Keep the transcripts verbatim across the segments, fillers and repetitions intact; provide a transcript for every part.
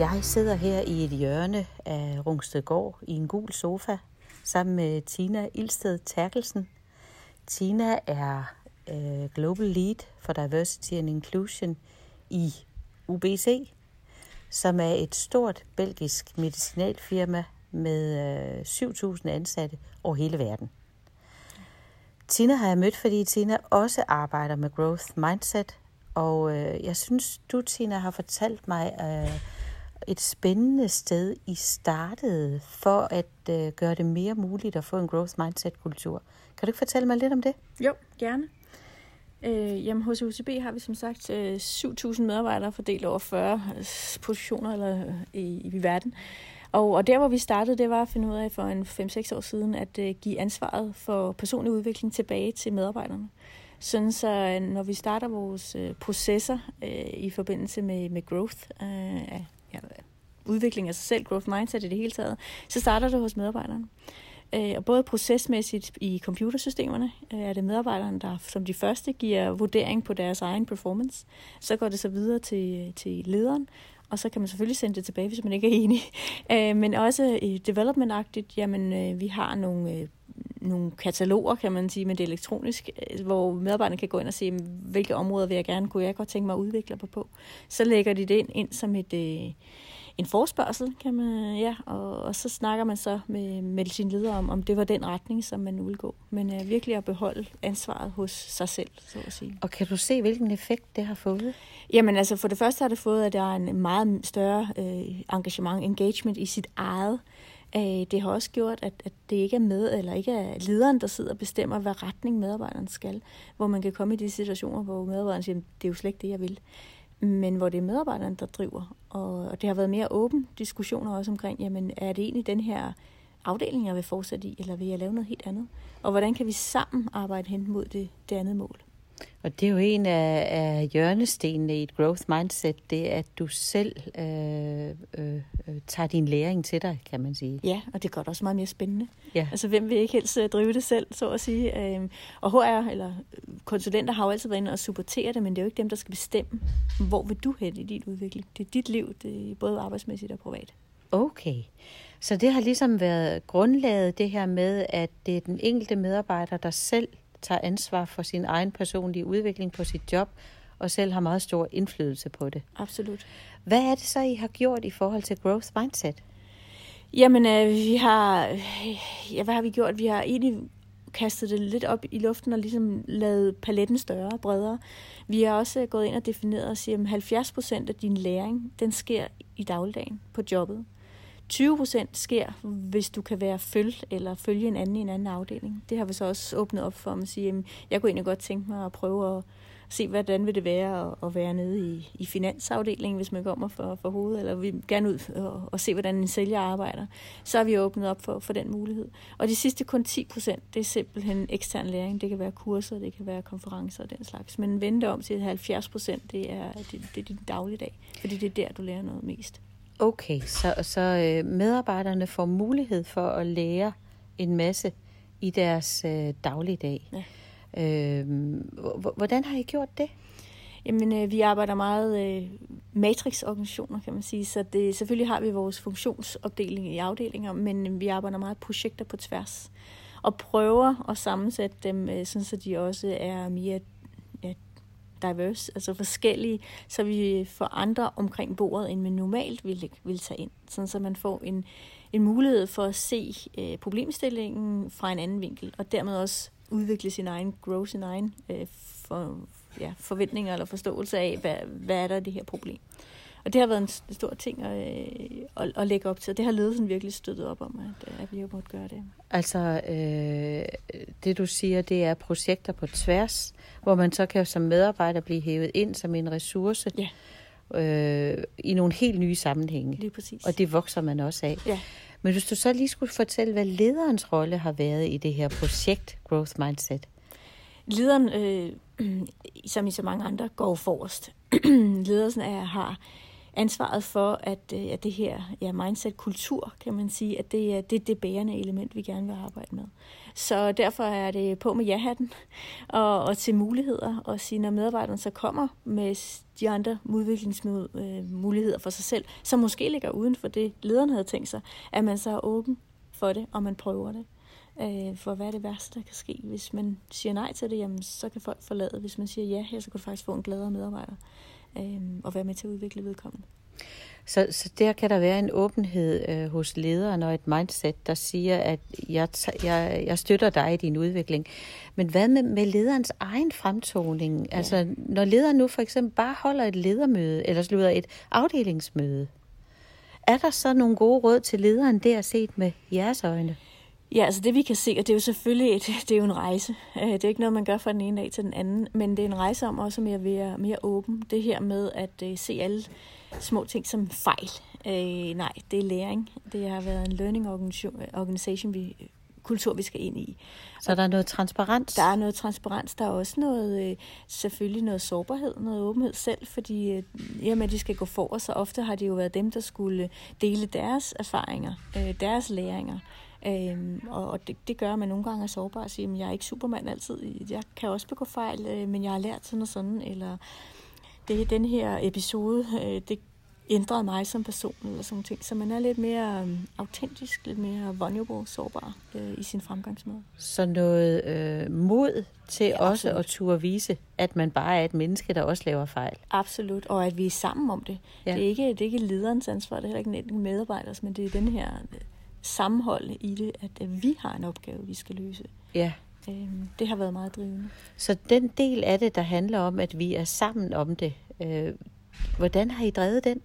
Jeg sidder her i et hjørne af Rungstedgård i en gul sofa sammen med Tina Ilsted Terkelsen. Tina er uh, Global Lead for Diversity and Inclusion i U B C, som er et stort belgisk medicinalfirma med uh, syv tusind ansatte over hele verden. Tina har jeg mødt, fordi Tina også arbejder med Growth Mindset, og uh, jeg synes, du, Tina, har fortalt mig uh, et spændende sted, I startede for at uh, gøre det mere muligt at få en Growth Mindset-kultur. Kan du ikke fortælle mig lidt om det? Jo, gerne. Øh, jamen, hos U C B har vi som sagt øh, syv tusind medarbejdere fordelt over fyrre positioner eller, øh, i, i verden. Og, og der, hvor vi startede, det var at finde ud af for en fem seks år siden, at øh, give ansvaret for personlig udvikling tilbage til medarbejderne. Sådan så, når vi starter vores øh, processer øh, i forbindelse med, med growth, øh, ja, udvikling af sig selv, growth mindset i det hele taget, så starter det hos medarbejderne. Øh, og både procesmæssigt i computersystemerne øh, er det medarbejderne, der som de første giver vurdering på deres egen performance. Så går det så videre til, til lederen, og så kan man selvfølgelig sende det tilbage, hvis man ikke er enig. Øh, men også i development-agtigt, jamen øh, vi har nogle, øh, nogle kataloger, kan man sige, men det er elektronisk, øh, hvor medarbejderne kan gå ind og se, hvilke områder vil jeg gerne, kunne jeg godt tænke mig at udvikle på på. Så lægger de det ind, ind som et... Øh, en forespørgsel, kan man, ja, og, og så snakker man så med, med sin leder om, om det var den retning, som man nu vil gå. Men uh, virkelig at beholde ansvaret hos sig selv, så at sige. Og kan du se, hvilken effekt det har fået? Jamen altså, for det første har det fået, at der er en meget større øh, engagement, engagement i sit eget. Øh, det har også gjort, at, at det ikke er med, eller ikke er lederen, der sidder og bestemmer, hvad retning medarbejderen skal. Hvor man kan komme i de situationer, hvor medarbejderen siger, det er jo slet ikke det, jeg vil. Men hvor det er medarbejderne, der driver. Og det har været mere åben diskussioner også omkring, jamen er det egentlig den her afdeling, jeg vil fortsætte i, eller vil jeg lave noget helt andet? Og hvordan kan vi sammen arbejde hen mod det, det andet mål? Og det er jo en af, af hjørnestenene i et growth mindset, det er, at du selv øh, øh, tager din læring til dig, kan man sige. Ja, og det gør det også meget mere spændende. Ja. Altså, hvem vil ikke helst drive det selv, så at sige? Og H R, eller konsulenter, har jo altid været inde og supportere det, men det er jo ikke dem, der skal bestemme, hvor vil du hen i din udvikling. Det er dit liv, det er både arbejdsmæssigt og privat. Okay, så det har ligesom været grundlaget, det her med, at det er den enkelte medarbejder, der selv tager ansvar for sin egen personlige udvikling på sit job, og selv har meget stor indflydelse på det. Absolut. Hvad er det så, I har gjort i forhold til growth mindset? Jamen, øh, vi har... Ja, hvad har vi gjort? Vi har egentlig kastet det lidt op i luften og ligesom lavet paletten større og bredere. Vi har også gået ind og defineret og siger, at halvfjerds procent af din læring, den sker i dagligdagen på jobbet. tyve procent sker, hvis du kan være følge eller følge en anden i en anden afdeling. Det har vi så også åbnet op for, at sige, at jeg kunne egentlig godt tænke mig at prøve at se, hvordan vil det være at være nede i, i finansafdelingen, hvis man kommer for, for hovedet, eller vi gerne ud og, og se, hvordan en sælger arbejder. Så har vi åbnet op for, for den mulighed. Og de sidste kun ti procent, det er simpelthen ekstern læring. Det kan være kurser, det kan være konferencer og den slags. Men vente om til at halvfjerds procent, det er, det, det er din dagligdag, fordi det er der, du lærer noget mest. Okay, så, så øh, medarbejderne får mulighed for at lære en masse i deres øh, dagligdag. Ja. Øh, hvordan har I gjort det? Jamen, øh, vi arbejder meget øh, matrix-organisationer, kan man sige. Så det, selvfølgelig har vi vores funktionsopdeling i afdelinger, men vi arbejder meget projekter på tværs. Og prøver at sammensætte dem, øh, sådan så de også er mere diverse, altså forskellige, så vi får andre omkring bordet, end man normalt ville, ville tage ind. Sådan så man får en, en mulighed for at se øh, problemstillingen fra en anden vinkel, og dermed også udvikle sin egen, grow sin egen øh, for, ja, forventninger eller forståelse af, hvad, hvad er der i det her problem. Og det har været en stor ting at, at, at lægge op til, og det har ledelsen virkelig støttet op om, at, at vi har måttet gøre det. Altså, øh, det du siger, det er projekter på tværs, hvor man så kan som medarbejder blive hævet ind som en ressource ja. øh, i nogle helt nye sammenhænge. Lige præcis. Og det vokser man også af. Ja. Men hvis du så lige skulle fortælle, hvad lederens rolle har været i det her projekt Growth Mindset. Lederen, øh, som i så mange andre, går forrest. Ledelsen er, har ansvaret for, at, at det her ja, mindset-kultur, kan man sige, at det er det, det bærende element, vi gerne vil arbejde med. Så derfor er det på med ja-hatten og, og til muligheder, og sige, når medarbejderne så kommer med de andre udviklingsmuligheder for sig selv, som måske ligger uden for det, lederen havde tænkt sig, at man så er åben for det, og man prøver det. For hvad er det værste, der kan ske? Hvis man siger nej til det, jamen, så kan folk forlade. Hvis man siger ja her, så kan du faktisk få en gladere medarbejder og være med til at udvikle vedkommende. Så, så der kan der være en åbenhed øh, hos lederen og et mindset, der siger, at jeg, jeg, jeg støtter dig i din udvikling. Men hvad med, med lederens egen fremtoning? Ja. Altså, når lederen nu for eksempel bare holder et ledermøde, eller slutter et afdelingsmøde, er der så nogle gode råd til lederen der set med jeres øjne? Ja, altså det vi kan se, og det er jo selvfølgelig et, det er jo en rejse. Det er ikke noget, man gør fra den ene dag til den anden, men det er en rejse om også at være mere åben. Det her med at uh, se alle små ting som fejl. Uh, nej, det er læring. Det har været en learning organization, vi, kultur, vi skal ind i. Så og der er noget transparens? Der er noget transparens. Der er også noget, uh, selvfølgelig noget sårbarhed, noget åbenhed selv, fordi uh, jamen, de skal gå for, så ofte har det jo været dem, der skulle dele deres erfaringer, uh, deres læringer. Øhm, og det, det gør, at man nogle gange er sårbar og siger, at jeg er ikke supermand altid. Jeg kan også begå fejl, øh, men jeg har lært sådan og sådan. Eller det er den her episode, øh, det ændrede mig som person, eller sådan ting. Så man er lidt mere øh, autentisk, lidt mere vulnerable, sårbar øh, i sin fremgangsmåde. Så noget øh, mod til ja, også absolut. At turde vise, at man bare er et menneske, der også laver fejl. Absolut, og at vi er sammen om det. Ja. Det er ikke, det er ikke lederens ansvar, det er heller ikke en enkelt medarbejders, men det er den her sammenhold i det, at vi har en opgave, vi skal løse. Ja. Det har været meget drivende. Så den del af det, der handler om, at vi er sammen om det, øh, hvordan har I drevet den?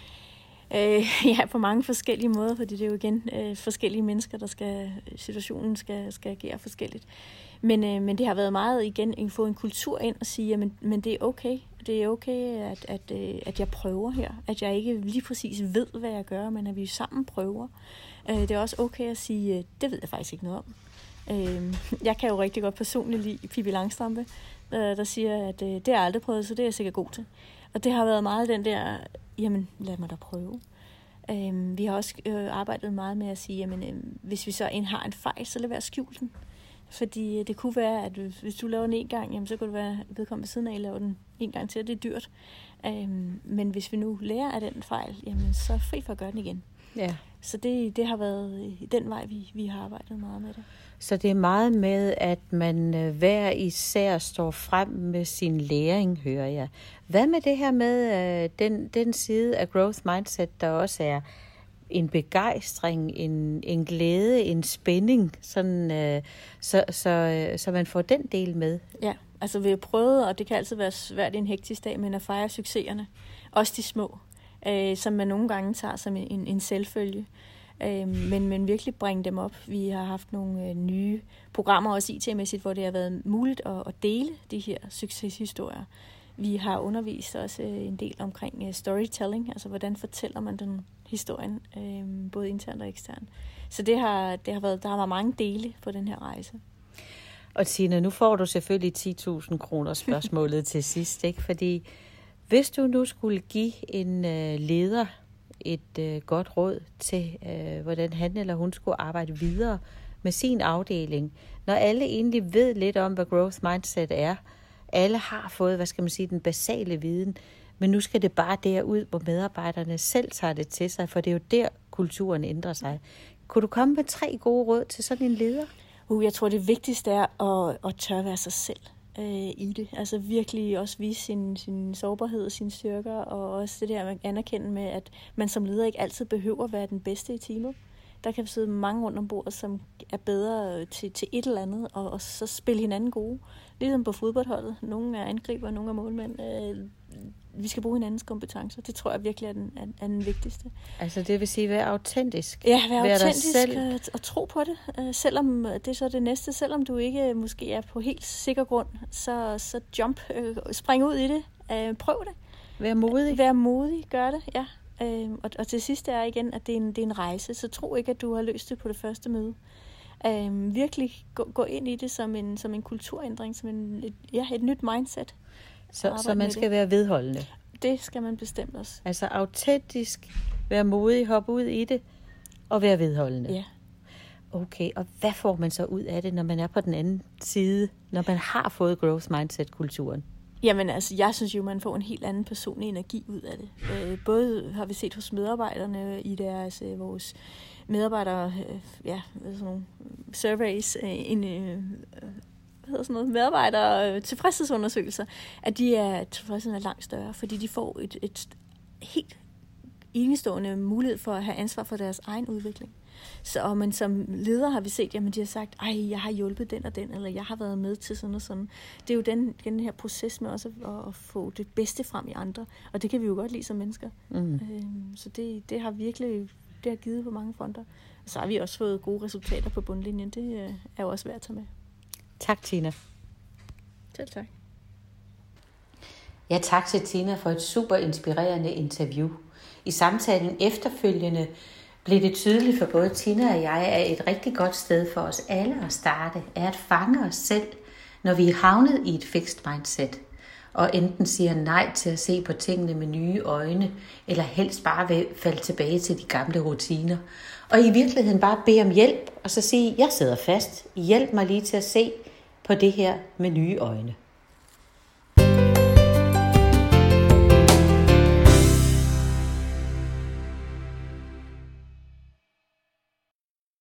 Øh, ja, på mange forskellige måder, fordi det er jo igen øh, forskellige mennesker, der skal, situationen skal, skal agere forskelligt. Men, øh, men det har været meget igen at få en kultur ind og sige, jamen, men det er okay. Det er okay, at, at, at jeg prøver her. At jeg ikke lige præcis ved, hvad jeg gør, men at vi sammen prøver. Øh, det er også okay at sige, det ved jeg faktisk ikke noget om. Øh, jeg kan jo rigtig godt personligt lide Pippi Langstrømpe, der, der siger, at det har jeg aldrig prøvet, så det er jeg sikkert god til. Og det har været meget den der, jamen lad mig da prøve. Øh, vi har også øh, arbejdet meget med at sige, jamen øh, hvis vi så en har en fejl, så lad være skjult den. Fordi det kunne være, at hvis du laver den en gang, jamen, så kunne det være, at vedkommende ved siden af laver den en gang til, og det er dyrt. Øhm, men hvis vi nu lærer af den fejl, jamen, så er fri for at gøre den igen. Ja. Så det, det har været den vej, vi, vi har arbejdet meget med det. Så det er meget med, at man hver især står frem med sin læring, hører jeg. Hvad med det her med uh, den, den side af growth mindset, der også er en begejstring, en, en glæde, en spænding, sådan, øh, så, så, øh, så man får den del med. Ja, altså vi har prøvet, og det kan altid være svært i en hektisk dag, men at fejre succeserne, også de små, øh, som man nogle gange tager som en, en selvfølge, øh, men, men virkelig bringe dem op. Vi har haft nogle øh, nye programmer, også I T-mæssigt, hvor det har været muligt at, at dele de her succeshistorier. Vi har undervist også en del omkring storytelling, altså hvordan fortæller man den historien, øh, både internt og eksternt. Så det har, det har været, der har været mange dele på den her rejse. Og Tina, nu får du selvfølgelig ti tusind kroner spørgsmålet til sidst, ikke? Fordi hvis du nu skulle give en øh, leder et øh, godt råd til, øh, hvordan han eller hun skulle arbejde videre med sin afdeling, når alle egentlig ved lidt om, hvad growth mindset er, alle har fået, hvad skal man sige, den basale viden, men nu skal det bare derud, hvor medarbejderne selv tager det til sig, for det er jo der, kulturen ændrer sig. Kunne du komme med tre gode råd til sådan en leder? Uh, jeg tror, det vigtigste er at, at tørre være sig selv øh, i det. Altså virkelig også vise sin, sin sårbarhed og sine styrker, og også det der med at anerkende med, at man som leder ikke altid behøver at være den bedste i teamet. Der kan sidde mange rundt om bordet, som er bedre til, til et eller andet, og, og så spille hinanden gode. Ligesom på fodboldholdet. Nogle er angriber, nogle er målmænd. Øh, vi skal bruge hinandens kompetencer. Det tror jeg virkelig er den, er, er den vigtigste. Altså det vil sige, være autentisk. Ja, være autentisk og, og tro på det. Øh, selvom det er så det næste. Selvom du ikke måske er på helt sikker grund, så, så jump, øh, spring ud i det. Øh, prøv det. Vær modig. Vær modig, gør det, ja. Øh, og, og til sidst er igen, at det er, en, det er en rejse. Så tro ikke, at du har løst det på det første møde. Øh, virkelig gå, gå ind i det som en, som en kulturændring, som en, et, ja, et nyt mindset. Så, så man skal det. være vedholdende? det skal man bestemt også. Altså autentisk, være modig, hoppe ud i det, og være vedholdende. Ja. Okay, og hvad får man så ud af det, når man er på den anden side, når man har fået growth mindset-kulturen? Jamen altså, jeg synes jo, man får en helt anden personlig energi ud af det. Øh, både har vi set hos medarbejderne i deres, øh, vores medarbejdere, øh, ja, sådan nogle surveys, øh, en, øh, hvad hedder sådan noget, medarbejdere tilfredshedsundersøgelser, at de er tilfredsheden er langt større, fordi de får et, et helt enestående mulighed for at have ansvar for deres egen udvikling. Så og man som leder har vi set, jamen de har sagt, ej, jeg har hjulpet den og den, eller jeg har været med til sådan og sådan. Det er jo den, den her proces med også at, at få det bedste frem i andre, og det kan vi jo godt lide som mennesker. Mm. Øhm, så det, det har virkelig det har givet på mange fronter. Og så har vi også fået gode resultater på bundlinjen. Det er jo også værd at tage med. Tak, Tina. Selv tak. Ja, tak til Tina for et super inspirerende interview. I samtalen efterfølgende blev det tydeligt for både Tina og jeg, at et rigtig godt sted for os alle at starte, er at fange os selv, når vi er havnet i et fixed mindset, og enten siger nej til at se på tingene med nye øjne, eller helst bare vil falde tilbage til de gamle rutiner. Og i virkeligheden bare bede om hjælp, og så sige, jeg sidder fast, hjælp mig lige til at se på det her med nye øjne.